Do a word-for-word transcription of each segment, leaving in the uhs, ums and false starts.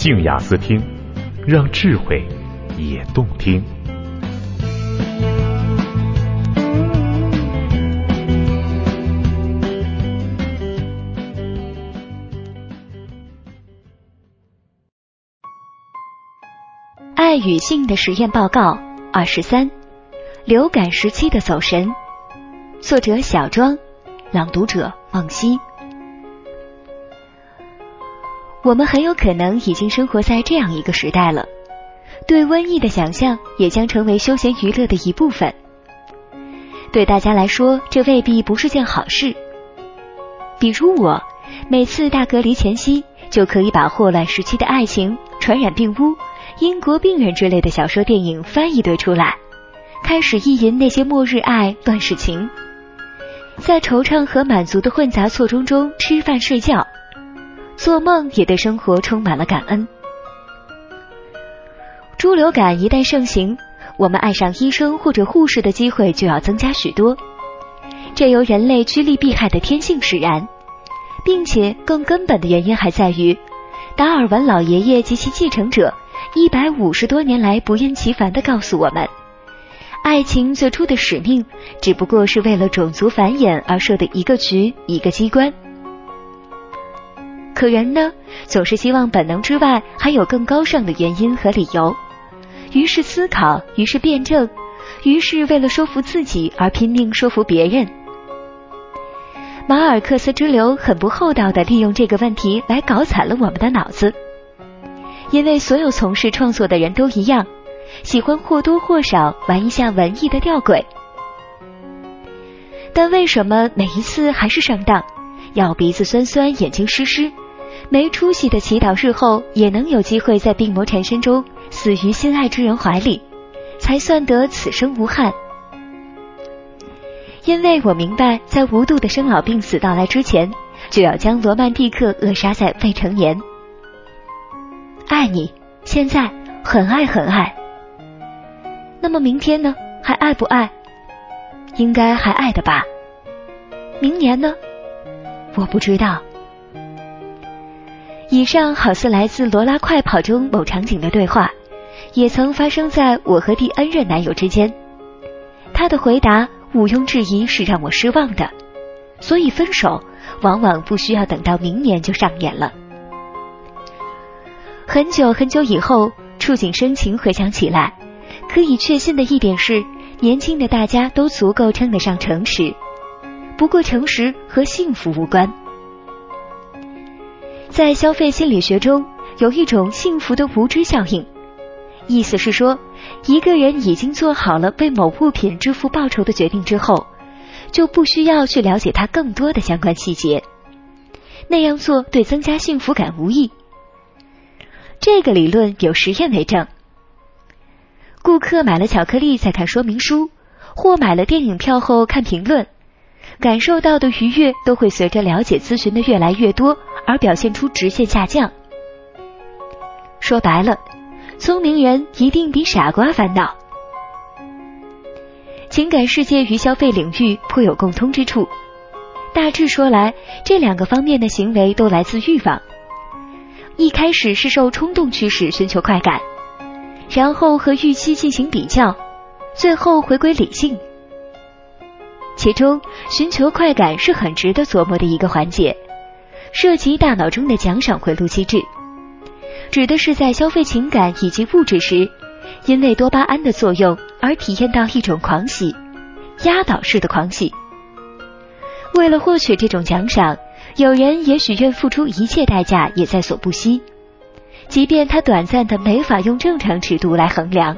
静雅思听，让智慧也动听。 爱与性的实验报告二十三，流感时期的走神。作者小庄，朗读者梦溪。我们很有可能已经生活在这样一个时代了，对瘟疫的想象也将成为休闲娱乐的一部分。对大家来说，这未必不是件好事。比如我，每次大隔离前夕，就可以把霍乱时期的爱情、传染病屋、英国病人之类的小说电影翻一堆出来，开始意淫那些末日爱、乱世情，在惆怅和满足的混杂错综中吃饭睡觉，做梦也对生活充满了感恩。猪流感一旦盛行，我们爱上医生或者护士的机会就要增加许多，这由人类趋利避害的天性使然，并且更根本的原因还在于达尔文老爷爷及其继承者一百五十多年来不厌其烦地告诉我们，爱情最初的使命只不过是为了种族繁衍而设的一个局，一个机关。可人呢，总是希望本能之外还有更高尚的原因和理由，于是思考，于是辩证，于是为了说服自己而拼命说服别人。马尔克斯之流很不厚道地利用这个问题来搞惨了我们的脑子，因为所有从事创作的人都一样，喜欢或多或少玩一下文艺的吊诡。但为什么每一次还是上当，要鼻子酸酸眼睛湿湿，没出息的祈祷日后也能有机会在病魔缠身中死于心爱之人怀里，才算得此生无憾？因为我明白，在无度的生老病死到来之前，就要将罗曼蒂克扼杀在未成年。爱你，现在很爱很爱。那么明天呢？还爱不爱？应该还爱的吧。明年呢？我不知道。以上好似来自《罗拉快跑》中某场景的对话，也曾发生在我和第 N 任男友之间。他的回答毋庸置疑是让我失望的，所以分手往往不需要等到明年就上演了。很久很久以后，触景生情回想起来，可以确信的一点是，年轻的大家都足够称得上诚实，不过诚实和幸福无关。在消费心理学中，有一种幸福的无知效应，意思是说，一个人已经做好了为某物品支付报酬的决定之后，就不需要去了解它更多的相关细节，那样做对增加幸福感无益。这个理论有实验为证。顾客买了巧克力再看说明书，或买了电影票后看评论，感受到的愉悦都会随着了解咨询的越来越多而表现出直线下降。说白了，聪明人一定比傻瓜烦恼。情感世界与消费领域颇有共通之处，大致说来，这两个方面的行为都来自欲望。一开始是受冲动驱使寻求快感，然后和预期进行比较，最后回归理性。其中寻求快感是很值得琢磨的一个环节，涉及大脑中的奖赏回路机制，指的是在消费情感以及物质时，因为多巴胺的作用而体验到一种狂喜，压倒式的狂喜。为了获取这种奖赏，有人也许愿付出一切代价也在所不惜，即便他短暂的没法用正常尺度来衡量。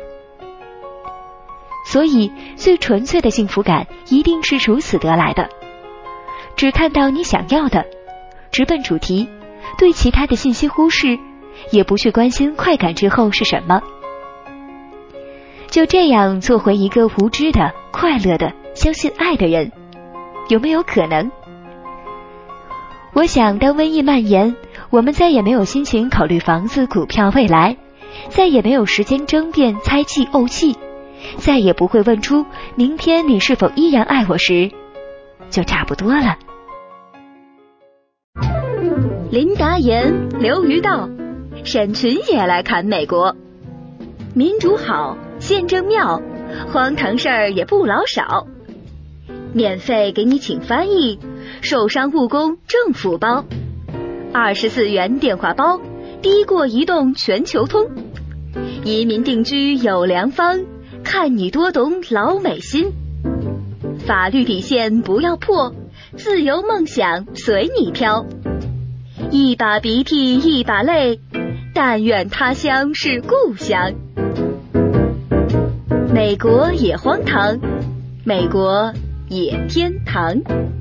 所以最纯粹的幸福感一定是如此得来的，只看到你想要的，直奔主题，对其他的信息忽视，也不去关心快感之后是什么。就这样做回一个无知的、快乐的、相信爱的人，有没有可能？我想当瘟疫蔓延，我们再也没有心情考虑房子、股票、未来，再也没有时间争辩、猜忌、怄气，再也不会问出明天你是否依然爱我时，就差不多了。 林达言，刘于道， 沈群也来侃美国。民主好，宪政妙，荒唐事儿也不老少。免费给你请翻译，受伤务工政府包。二十四元电话包，低过移动全球通。移民定居有良方，看你多懂老美心。法律底线不要破，自由梦想随你飘。一把鼻涕一把泪，但愿他乡是故乡。美国也荒唐，美国也天堂。